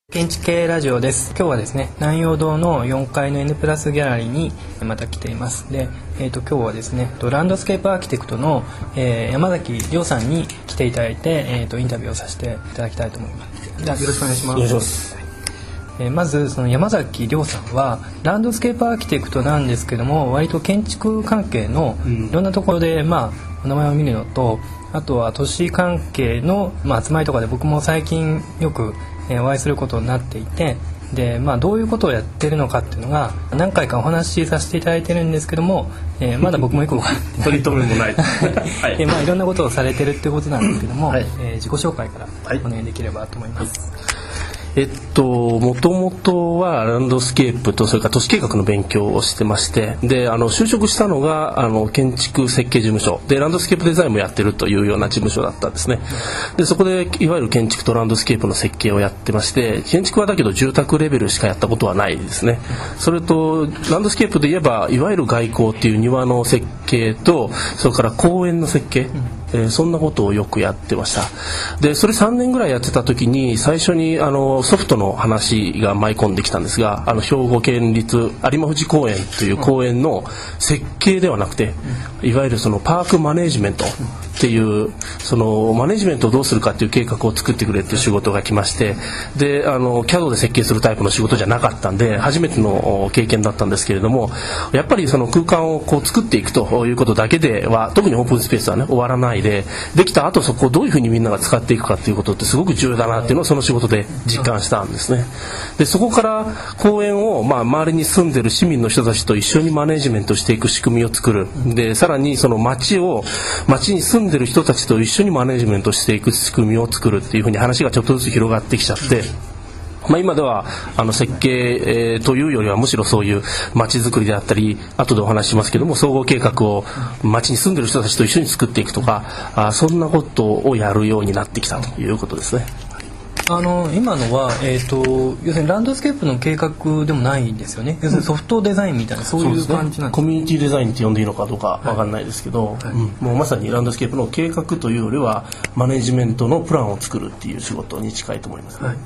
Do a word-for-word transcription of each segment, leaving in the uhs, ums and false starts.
建築系ラジオです。今日はですね、南陽堂のよんかいの N プラスギャラリーにまた来ています。で、えー、と今日はですね、ランドスケープアーキテクトの、えー、山崎亮さんに来ていただいて、えー、とインタビューをさせていただきたいと思います。じゃあよろしくお願いします。 お願いします。 えー、まずその山崎亮さんはランドスケープアーキテクトなんですけども、割と建築関係のいろんなところで、うん、まあお名前を見るのと、あとは都市関係の、まあ、集まりとかで僕も最近よくお会いすることになっていて、で、まあ、どういうことをやってるのかっていうのが何回かお話しさせていただいてるんですけども、えー、まだ僕もよく分かってない取り留めもない、はいでまあ、いろんなことをされてるっていうことなんですけども、 はい、 えー、自己紹介からお願いできればと思います。 はい、えっともともとはランドスケープとそれから都市計画の勉強をしてまして、であの就職したのがあの建築設計事務所でランドスケープデザインもやってるというような事務所だったんですね。でそこでいわゆる建築とランドスケープの設計をやってまして、建築はだけど住宅レベルしかやったことはないですね。それとランドスケープで言えばいわゆる外交っていう庭の設計と、それから公園の設計、えー、そんなことをよくやってました。でそれさんねんぐらいやってた時に最初にあのソフトの話が舞い込んできたんですが、あの兵庫県立有馬富士公園という公園の設計ではなくて、いわゆるそのパークマネジメントっていうそのマネジメントをどうするかっていう計画を作ってくれっていう仕事が来まして、であの キャド で設計するタイプの仕事じゃなかったんで初めての経験だったんですけれども、やっぱりその空間をこう作っていくということだけでは、特にオープンスペースはね終わらないで、できた後そこをどういうふうにみんなが使っていくかっていうことってすごく重要だなっていうのをその仕事で実感したんですね。でそこから公園をまあ周りに住んでる市民の人たちと一緒にマネジメントしていく仕組みを作る。でさらにその街を街に住んでる人たちと一緒にマネジメントしていく仕組みを作るっていうふうに話がちょっとずつ広がってきちゃって、まあ、今ではあの設計、えー、というよりはむしろそういう街づくりであったり、後でお話ししますけども総合計画を街に住んでる人たちと一緒に作っていくとか、あそんなことをやるようになってきたということですね。 あの今のは、えー、と要するにランドスケープの計画でもないんですよね。要するにソフトデザインみたいな、そういう感じなんですか。 コミュニティデザインって呼んでいいのかどうかわかんないですけど、はいはい、うん、もうまさにランドスケープの計画というよりはマネジメントのプランを作るっていう仕事に近いと思いますね。はい、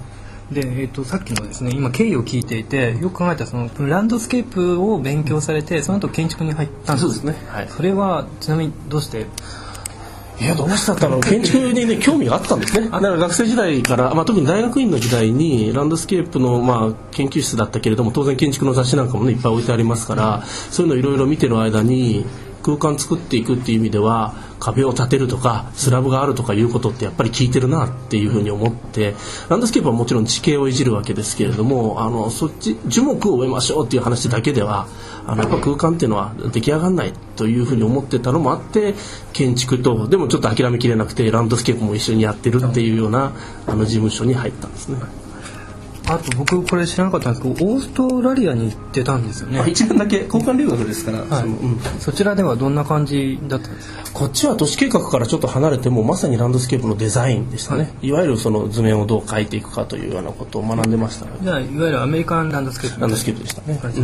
でえー、とさっきのですね、今経緯を聞いていてよく考えたらそのランドスケープを勉強されて、その後建築に入ったんです。 そうですね、はい、 それはちなみにどうして？ いやどうしたったの建築に、ね、興味があったんですね。だから学生時代から、まあ、特に大学院の時代にランドスケープの、まあ、研究室だったけれども、当然建築の雑誌なんかも、ね、いっぱい置いてありますから、そういうのいろいろ見てる間に空間作っていくっていう意味では壁を建てるとかスラブがあるとかいうことってやっぱり効いてるなっていうふうに思って、ランドスケープはもちろん地形をいじるわけですけれども、あのそっち樹木を植えましょうっていう話だけではあのやっぱ空間っていうのは出来上がらないというふうに思ってたのもあって、建築とでもちょっと諦めきれなくてランドスケープも一緒にやってるっていうようなあの事務所に入ったんですね。 あと僕これ知らなかったんですけど、オーストラリアに行ってたんですよね。 いちねんだけ交換留学ですから、 はい、 その、うん、 そちらではどんな感じだったんですか。 こっちは都市計画からちょっと離れてもまさにランドスケープのデザインでしたね。はい、いわゆるその図面をどう描いていくかというようなことを学んでました、ね、 じゃあいわゆるアメリカンランドスケープランドスケープでしたね。 うん、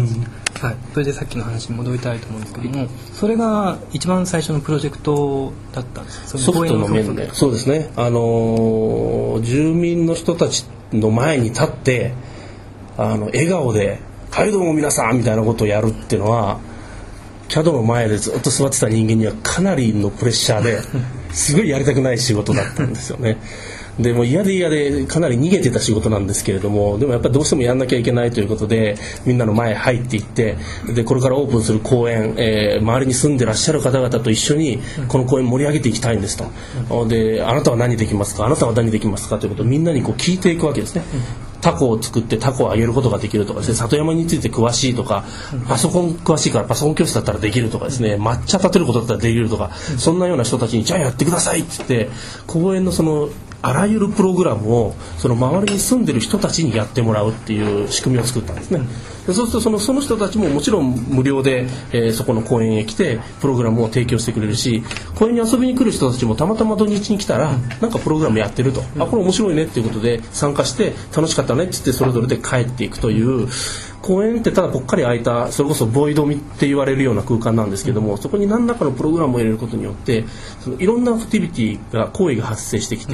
はい、それでさっきの話に戻りたいと思うんですけども、それが一番最初のプロジェクトだったんですか。 ソフトの面で。そうですね、あのー、住民の人たちの前に立ってあの笑顔ではいどうも皆さんみたいなことをやるっていうのは キャド の前でずっと座ってた人間にはかなりのプレッシャーですごいやりたくない仕事だったんですよね。でも嫌で嫌でかなり逃げてた仕事なんですけれども、でもやっぱりどうしてもやんなきゃいけないということでみんなの前入っていって、でこれからオープンする公園、えー、周りに住んでらっしゃる方々と一緒にこの公園盛り上げていきたいんですと、うん、であなたは何できますか、あなたは何できますかということをみんなにこう聞いていくわけですね。うん、タコを作ってタコをあげることができるとかですね、里山について詳しいとか、パソコン詳しいからパソコン教室だったらできるとかですね、抹茶立てることだったらできるとか、そんなような人たちにじゃあやってくださいって言って公園のそのあらゆるプログラムをその周りに住んでる人たちにやってもらうっていう仕組みを作ったんですね。でそうするとその、その人たちももちろん無料で、えー、そこの公園へ来てプログラムを提供してくれるし、公園に遊びに来る人たちもたまたま土日に来たらなんかプログラムやってると、あこれ面白いねっていうことで参加して楽しかったねって言ってそれぞれで帰っていくという、公園ってただぽっかり空いたそれこそボイドって言われるような空間なんですけども、そこに何らかのプログラムを入れることによってそのいろんなアクティビティが行為が発生してきて、でそ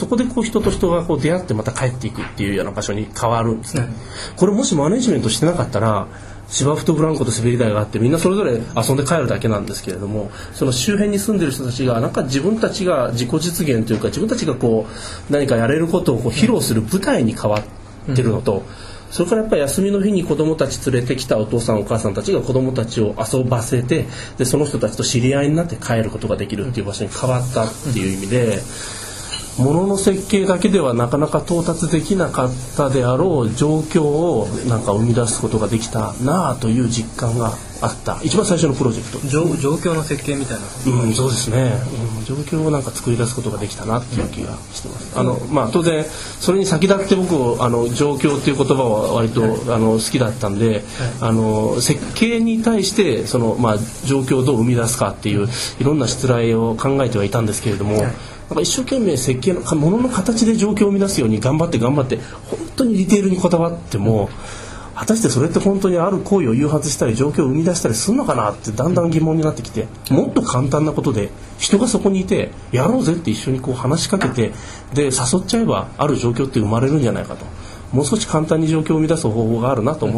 そこでこう人と人がこう出会ってまた帰っていくっていうような場所に変わるんですね、うん、これもしマネジメントしてなかったら芝生とブランコと滑り台があってみんなそれぞれ遊んで帰るだけなんですけれども、その周辺に住んでる人たちがなんか自分たちが自己実現というか自分たちがこう何かやれることをこう披露する舞台に変わってるのと、うん、それからやっぱり休みの日に子どもたち連れてきたお父さんお母さんたちが子どもたちを遊ばせて、でその人たちと知り合いになって帰ることができるっていう場所に変わったっていう意味で、物の設計だけではなかなか到達できなかったであろう状況をなんか生み出すことができたなあという実感があった一番最初のプロジェクト。 状況の設計みたいな、 うん、そうですね、うん、状況をなんか作り出すことができたなっていう気がしてます。あの、まあ、当然それに先立って僕あの状況っていう言葉は割と、はい、あの好きだったんで、はい、あの設計に対してその、まあ、状況をどう生み出すかっていういろんなしつらいを考えてはいたんですけれども、はい、なんか一生懸命設計のものの形で状況を生み出すように頑張って頑張って本当にディテールにこだわっても、果たしてそれって本当にある行為を誘発したり状況を生み出したりするのかなってだんだん疑問になってきて、もっと簡単なことで人がそこにいてやろうぜって一緒にこう話しかけてで誘っちゃえばある状況って生まれるんじゃないかと、もう少し簡単に状況を生み出す方法があるなと思って、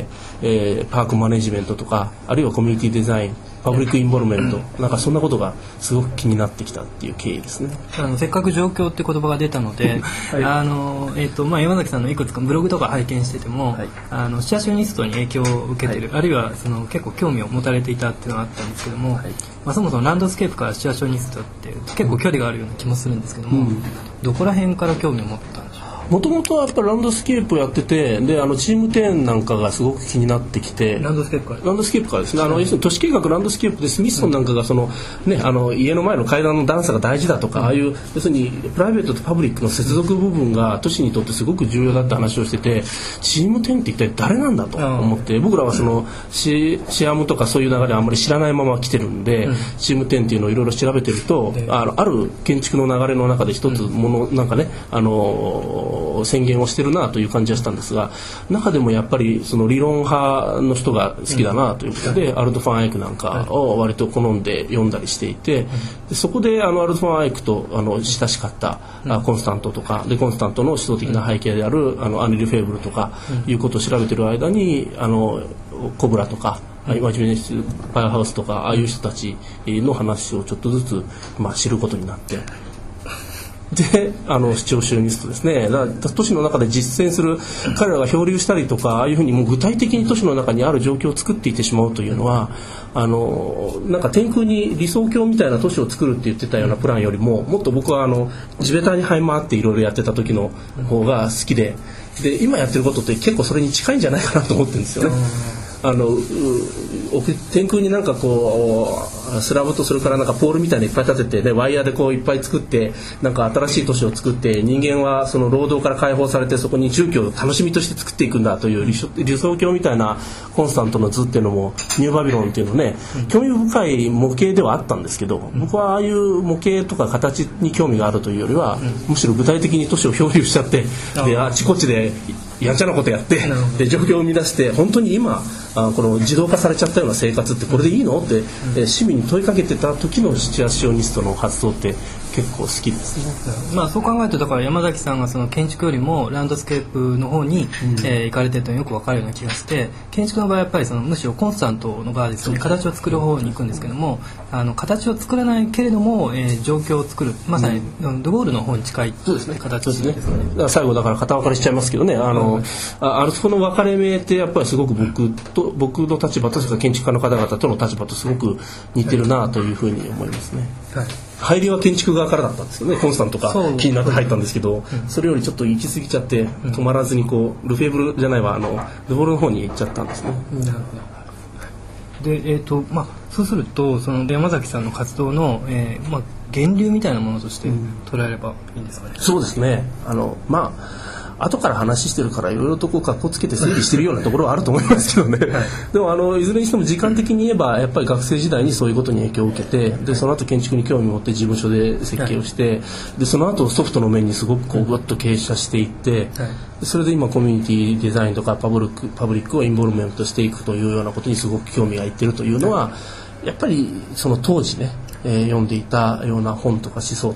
えー、パークマネジメントとかあるいはコミュニティデザイン、パブリックインボルメント、なんかそんなことがすごく気になってきたっていう経緯ですね。 あのせっかく状況って言葉が出たので、はい、あのえーとまあ、山崎さんのいくつかブログとか拝見してても、はい、あのシチュアショニストに影響を受けてる、はい、あるいはその結構興味を持たれていたっていうのがあったんですけども、はい、まあ、そもそもランドスケープからシチュアショニストって結構距離があるような気もするんですけども、うん、どこら辺から興味を持ったんでしょう。 もともとはやっぱりランドスケープをやってて、であのチームテンなんかがすごく気になってきて、 ランドスケープからランドスケープからですね、あの要するに都市計画ランドスケープでスミッソンなんかがその、ね、あの家の前の階段の段差が大事だとか、うん、ああいう要するにプライベートとパブリックの接続部分が都市にとってすごく重要だって話をしてて、チームテンって一体誰なんだと思って、うん、僕らはそのシアムとかそういう流れあんまり知らないまま来てるんで、うん、チームテンっていうのをいろいろ調べてると、あのある建築の流れの中で一つもの、うん、なんかねあの宣言をしてるなという感じがしたんですが、中でもやっぱりその理論派の人が好きだなということで、うん、アルド・ファン・アイクなんかを割と好んで読んだりしていて、でそこであのアルド・ファン・アイクとあの親しかった、うん、コンスタントとかでコンスタントの思想的な背景であるあのアンリ・ルフェーブルとかいうことを調べてる間にあのコブラとか真面目にパイアハウスとかああいう人たちの話をちょっとずつ、まあ、知ることになって。であのシチュアショニストですね、だから都市の中で実践する彼らが漂流したりとかああいうふうにもう具体的に都市の中にある状況を作っていってしまうというのは、あのなんか天空に理想郷みたいな都市を作るって言ってたようなプランよりももっと僕はあの地べたに這い回っていろいろやってた時の方が好きで、で今やってることって結構それに近いんじゃないかなと思ってるんですよね。あの天空になんかこうスラブとそれからなんかポールみたいにいっぱい立てて、ね、ワイヤーでこういっぱい作ってなんか新しい都市を作って、人間はその労働から解放されてそこに住居を楽しみとして作っていくんだという理想、理想郷みたいなコンスタントの図っていうのもニューバビロンっていうのね、興味深い模型ではあったんですけど、僕はああいう模型とか形に興味があるというよりは、むしろ具体的に都市を漂流しちゃって、であちこちでやんちゃなことやってで状況を生み出して、本当に今あこの自動化されちゃったような生活ってこれでいいのって、うん、市民に問いかけてた時のシチュアショニストの活動って結構好きですね。まあ、そう考えるとだから山崎さんがその建築よりもランドスケープの方に、うんえー、行かれてるとよく分かるような気がして、建築の場合はやっぱりそのむしろコンスタントの場合ですね、形を作る方に行くんですけども、あの形を作らないけれども、えー、状況を作るまさに、うん、ドゴールの方に近いそうですね形ですね。 だから最後だから片分かれしちゃいますけどね、あの、うん、あ, あそこの分かれ目ってやっぱりすごく僕と僕の立場とそれから建築家の方々との立場とすごく似てるなというふうに思いますね。はい、入りは建築側からだったんですよね。コンスタントが気になって入ったんですけど、うん、それよりちょっと行き過ぎちゃって止まらずにこうルフェーブルじゃないわあのルボルの方に行っちゃったんですね。なるほど。で、えーとまあ、そうするとその山崎さんの活動の、えーまあ、源流みたいなものとして捉えればいいんですかね。 うん、そうですね。あのまあ後から話してるからいろいろとこう格好つけて整理してるようなところはあると思いますけどね、はい、でもあのいずれにしても時間的に言えばやっぱり学生時代にそういうことに影響を受けて、でその後建築に興味を持って事務所で設計をして、はい、でその後ソフトの面にすごくこうぐっと傾斜していって、はい、それで今コミュニティデザインとかパブリック、パブリックをインボルメントしていくというようなことにすごく興味がいってるというのは、はい、やっぱりその当時ね、えー、読んでいたような本とか思想とか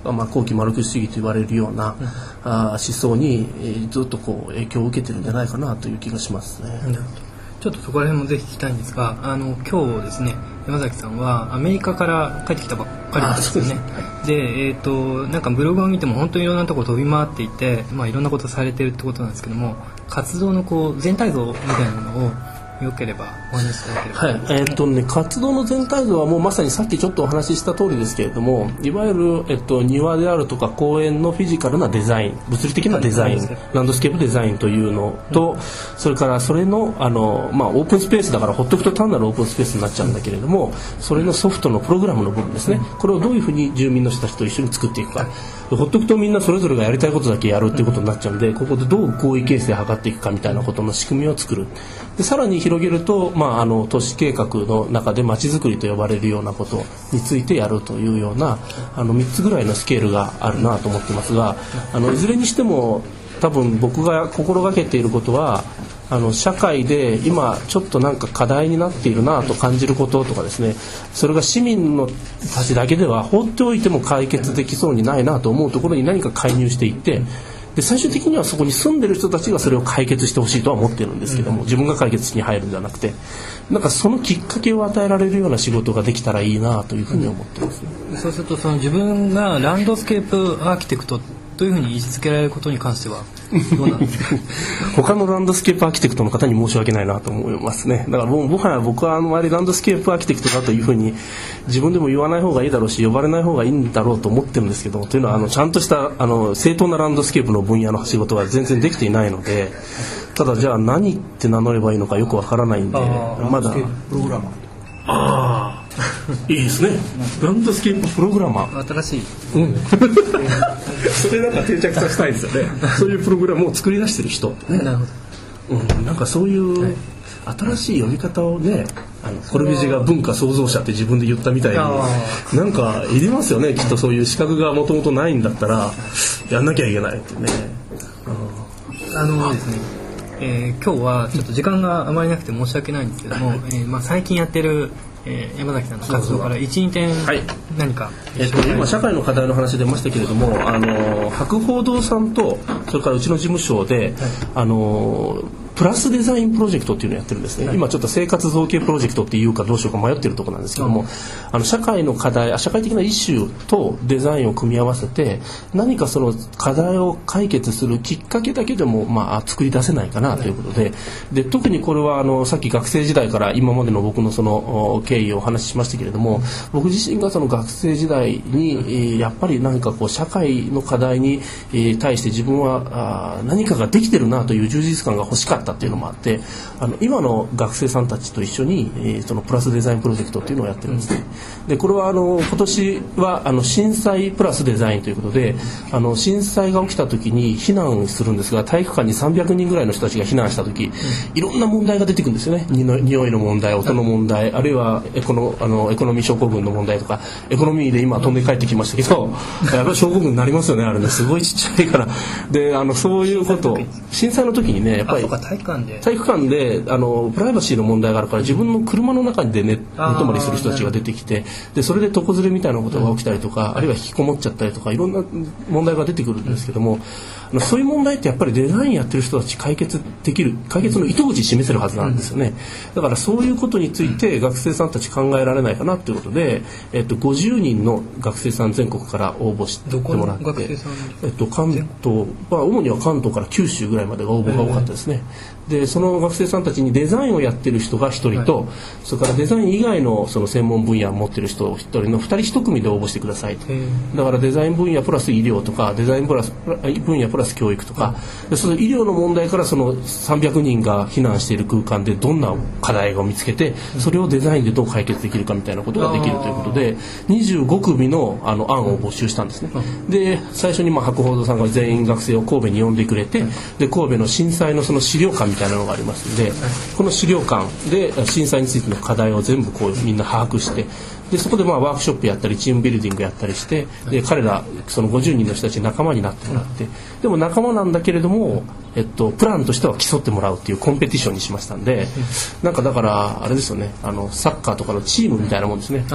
まあ、後期マルクス主義と言われるような、うん、あ思想に、えー、ずっとこう影響を受けてるんじゃないかなという気がしますね。 うん、ちょっとそこら辺もぜひ聞きたいんですが、あの今日ですね山崎さんはアメリカから帰ってきたばっかりなんですよね。で、えーと、なんかブログを見ても本当にいろんなところ飛び回っていて、まあ、いろんなことされてるってことなんですけども、活動のこう全体像みたいなものをよければお話しいただければ。 はい、えーっとね、活動の全体像はもうまさにさっきちょっとお話しした通りですけれども、いわゆる、えっと、庭であるとか公園のフィジカルなデザイン、物理的なデザイン、ランドスケープデザインというのと、うん、それからそれの、あの、まあ、オープンスペースだからほっとくと単なるオープンスペースになっちゃうんだけれども、それのソフトのプログラムの部分ですね、これをどういうふうに住民の人たちと一緒に作っていくか、ほっとくとみんなそれぞれがやりたいことだけやるっていうことになっちゃうんで、ここでどう合意形成を図っていくかみたいなことの仕組みを作る。でさらに広げると、まあ、あの都市計画の中でまちづくりと呼ばれるようなことについてやるというようなあのみっつぐらいのスケールがあるなと思ってますが、あのいずれにしても多分僕が心がけていることは、あの社会で今ちょっとなんか課題になっているなと感じることとかですね、それが市民のたちだけでは放っておいても解決できそうにないなと思うところに何か介入していって、で最終的にはそこに住んでる人たちがそれを解決してほしいとは思ってるんですけども、自分が解決に入るんじゃなくて、なんかそのきっかけを与えられるような仕事ができたらいいなというふうに思ってますね。 そうするとその自分がランドスケープアーキテクトというふうに位置づけられることに関してはどうなんですか？ 他のランドスケープアーキテクトの方に申し訳ないなと思いますね。だからもうもはや僕はあの周りランドスケープアーキテクトだというふうに自分でも言わない方がいいだろうし、呼ばれない方がいいんだろうと思ってるんですけど、というのはあのちゃんとしたあの正当なランドスケープの分野の仕事は全然できていないので、ただじゃあ何って名乗ればいいのかよくわからないんで、まだプログラマー。 ああいいですね、ランドスケーププログラマー、 新しい、 うんそれなんか定着させたいですよねそういうプログラムを作り出してる人、 ね、なるほど、 うん、なんかそういう、はい、新しい読み方をね、あのコルビュジエが文化創造者って自分で言ったみたいになんかいりますよね、きっとそういう資格がもともとないんだったらやんなきゃいけないってね、 うん、あのですね、えー、今日はちょっと時間があまりなくて申し訳ないんですけども、えーまあ、最近やってるえー、山崎さんの活動からいち、にてん何か、 えっと、今社会の課題の話出ましたけれども、あの博報堂さんとそれからうちの事務所で、はい、あのプラスデザインプロジェクトっていうのをやってるんですね、はい、今ちょっと生活造形プロジェクトっていうかどうしようか迷ってるところなんですけども、うん、あの社会の課題、社会的なイシューとデザインを組み合わせて何かその課題を解決するきっかけだけでも、まあ、作り出せないかなということで、はい、で特にこれはあのさっき学生時代から今までの僕のその経緯をお話ししましたけれども、僕自身がその学生時代にやっぱり何かこう社会の課題に対して自分は何かができてるなという充実感が欲しかったっていうのもあって、あの今の学生さんたちと一緒に、えー、そのプラスデザインプロジェクトっていうのをやってるんですね。でこれはあの今年はあの震災プラスデザインということで、あの震災が起きた時に避難するんですが、体育館にさんびゃくにんぐらいの人たちが避難した時、いろんな問題が出てくるんですよね。にの匂いの問題、音の問題、あるいはエコノ、あのエコノミー症候群の問題とか、エコノミーで今飛んで帰ってきましたけどやっぱり症候群になりますよね、あれね、すごいちっちゃいから。であのそういうこと震災の時にね、やっぱり体育館で体育館であのプライバシーの問題があるから自分の車の中で寝泊まりする人たちが出てきて、でそれで床ずれみたいなことが起きたりとか、あるいは引きこもっちゃったりとかいろんな問題が出てくるんですけども、そういう問題ってやっぱりデザインやってる人たち解決できる、解決の糸口示せるはずなんですよね。だからそういうことについて学生さんたち考えられないかなということで、えっと、ごじゅうにんの学生さん全国から応募してもらって、 どこの学生さん、 えっと、関東、まあ、主には関東から九州ぐらいまでが応募が多かったですね。でその学生さんたちにデザインをやってる人がひとりと、はい、それからデザイン以外のその専門分野を持ってる人ひとりのふたりいち組で応募してくださいと。だからデザイン分野プラス医療とかデザインプラス分野プラス教育とか、はい、でその医療の問題からそのさんびゃくにんが避難している空間でどんな課題を見つけて、それをデザインでどう解決できるかみたいなことができるということでにじゅうご組のあの案を募集したんですね。で最初にまあ博報堂さんが全員学生を神戸に呼んでくれて、で神戸の震災のその資料館みたいなのがありますので、この資料館で震災についての課題を全部こうみんな把握して、でそこでまあワークショップやったりチームビルディングやったりして、で彼らそのごじゅうにんの人たちに仲間になってもらって、でも仲間なんだけれども、えっと、プランとしては競ってもらうっていうコンペティションにしましたんで、なんかだからあれですよね、あのサッカーとかのチームみたいなもんですね。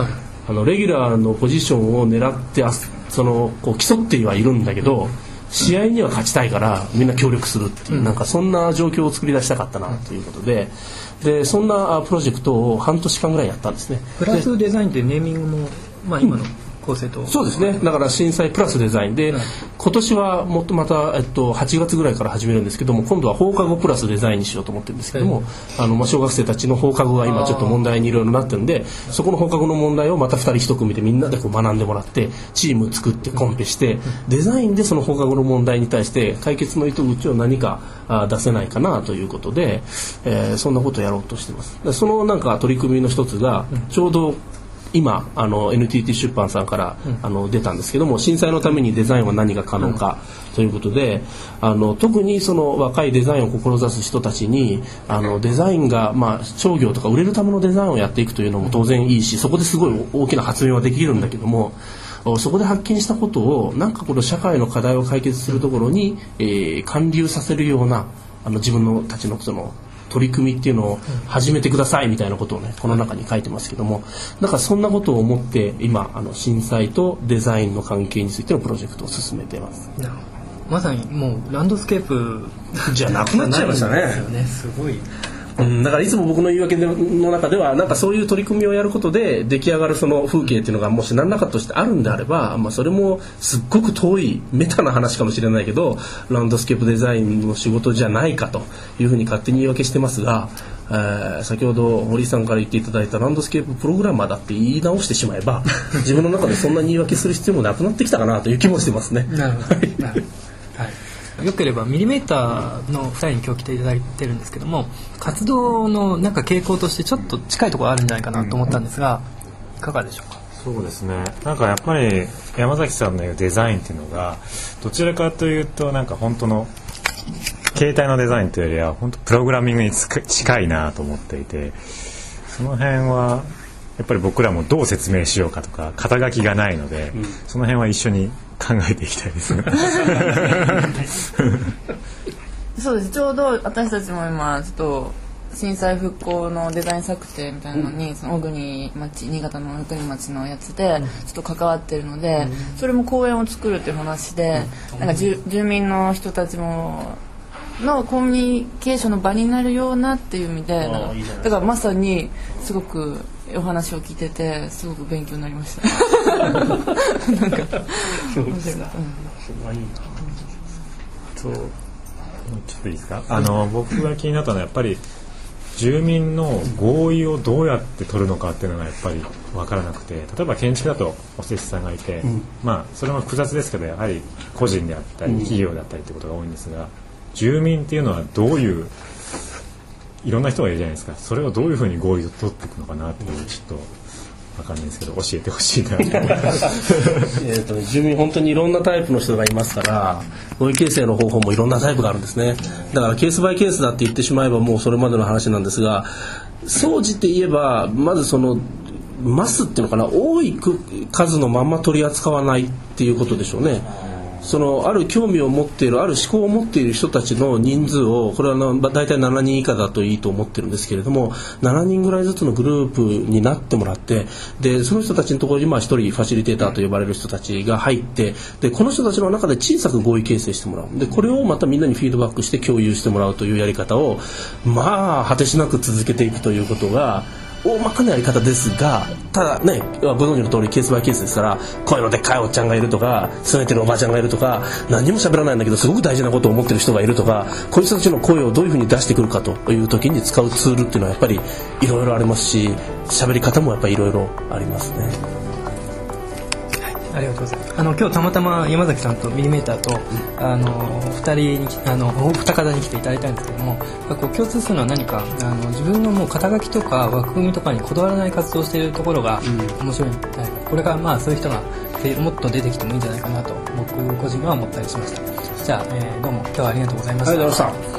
あのレギュラーのポジションを狙ってそのこう競ってはいるんだけど、試合には勝ちたいからみんな協力するっていう、うん、なんかそんな状況を作り出したかったなということで、でそんなプロジェクトを半年間ぐらいやったんですね。 プラスデザインってネーミングも、まあ、今の構成と、 うん、そうですね。だから震災プラスデザインで、うん、今年はもっとまた、えっと、はちがつぐらいから始めるんですけども、今度は放課後プラスデザインにしようと思ってるんですけども、はい、あのまあ、小学生たちの放課後が今ちょっと問題にいろいろなってるんで、そこの放課後の問題をまたふたり一組でみんなでこう学んでもらってチーム作ってコンペして、うん、デザインでその放課後の問題に対して解決の糸口を何かあ出せないかなということで、えー、そんなことをやろうとしてます。でそのなんか取り組みの一つが、うん、ちょうど今あの エヌティーティー 出版さんから、うん、あの出たんですけども、震災のためにデザインは何が可能かということで、あの特にその若いデザインを志す人たちにあのデザインが、まあ、商業とか売れるためのデザインをやっていくというのも当然いいし、そこですごい大きな発明はできるんだけども、そこで発見したことをなんかこの社会の課題を解決するところに、えー、還流させるようなあの自分のたちのその取り組みっていうのを始めてくださいみたいなことをねこの中に書いてますけども、だからそんなことを思って今あの震災とデザインの関係についてのプロジェクトを進めています。 なるほど。まさにもうランドスケープじゃなくなっちゃいましたね。 すごい。 うん、だからいつも僕の言い訳の中ではなんかそういう取り組みをやることで出来上がるその風景っていうのがもし何らかとしてあるんであれば、まあ、それもすっごく遠いメタな話かもしれないけどランドスケープデザインの仕事じゃないかというふうに勝手に言い訳してますが、えー、先ほど堀井さんから言っていただいたランドスケーププログラマーだって言い直してしまえば自分の中でそんなに言い訳する必要もなくなってきたかなという気もしてますね。 なるほど、はい、よければミリメーターのふたりに今日来ていただいてるんですけども、活動のなんか傾向としてちょっと近いところあるんじゃないかなと思ったんですが、いかがでしょうか。 そうですね、なんかやっぱり山崎さんの言うデザインっていうのがどちらかというとなんか本当の携帯のデザインというよりは本当プログラミングに近いなと思っていて、その辺はやっぱり僕らもどう説明しようかとか肩書きがないので、うん、その辺は一緒に考えていきたいですねそうです。ちょうど私たちも今ちょっと震災復興のデザイン策定みたいなのに、うん、その小国町新潟の小国町のやつでちょっと関わってるので、うん、それも公園を作るっていう話で、うん、なんか住民の人たちものコミュニケーションの場になるようなっていう意味で、なんかだからまさにすごくお話を聞いててすごく勉強になりましたなんか面白かった。 そう、ちょっといいですか。あの僕が気になったのはやっぱり住民の合意をどうやって取るのかっていうのがやっぱり分からなくて、例えば建築だとお施主さんがいて、うん、まあそれも複雑ですけどやはり個人であったり企業だったりってことが多いんですが、住民っていうのはどういういろんな人がいるじゃないですか。それをどういうふうに合意を取っていくのかなっていうのをちょっと分かんないですけど教えてほしいなと思いますえと、ね、住民本当にいろんなタイプの人がいますから合意形成の方法もいろんなタイプがあるんですね。だからケースバイケースだって言ってしまえばもうそれまでの話なんですが、総じて言えばまずそのマスっていうのかな、多い数のまま取り扱わないっていうことでしょうね。そのある興味を持っているある思考を持っている人たちの人数をこれは大体しちにん以下だといいと思ってるんですけれども、しちにんぐらいずつのグループになってもらって、でその人たちのところにまあひとりファシリテーターと呼ばれる人たちが入って、でこの人たちの中で小さく合意形成してもらう。でこれをまたみんなにフィードバックして共有してもらうというやり方をまあ果てしなく続けていくということが大まかなやり方ですが、ただね、ご存知の通りケースバイケースですから、声のでっかいおっちゃんがいるとかすねてるおばちゃんがいるとか、何にも喋らないんだけどすごく大事なことを思ってる人がいるとか、こういう人たちの声をどういうふうに出してくるかという時に使うツールっていうのはやっぱりいろいろありますし、喋り方もやっぱりいろいろありますね。 ありがとうございます。あの今日たまたま山崎さんとミリメーターと、うん、あのふたりにあのお二方に来ていただいたんですけども、こう共通するのは何かあの自分のもう肩書きとか枠組みとかにこだわらない活動をしているところが面白い、うん、これがまあそういう人がもっと出てきてもいいんじゃないかなと僕個人は思ったりしました。じゃあ、えー、どうも今日はありがとうございました。 ありがとうございました。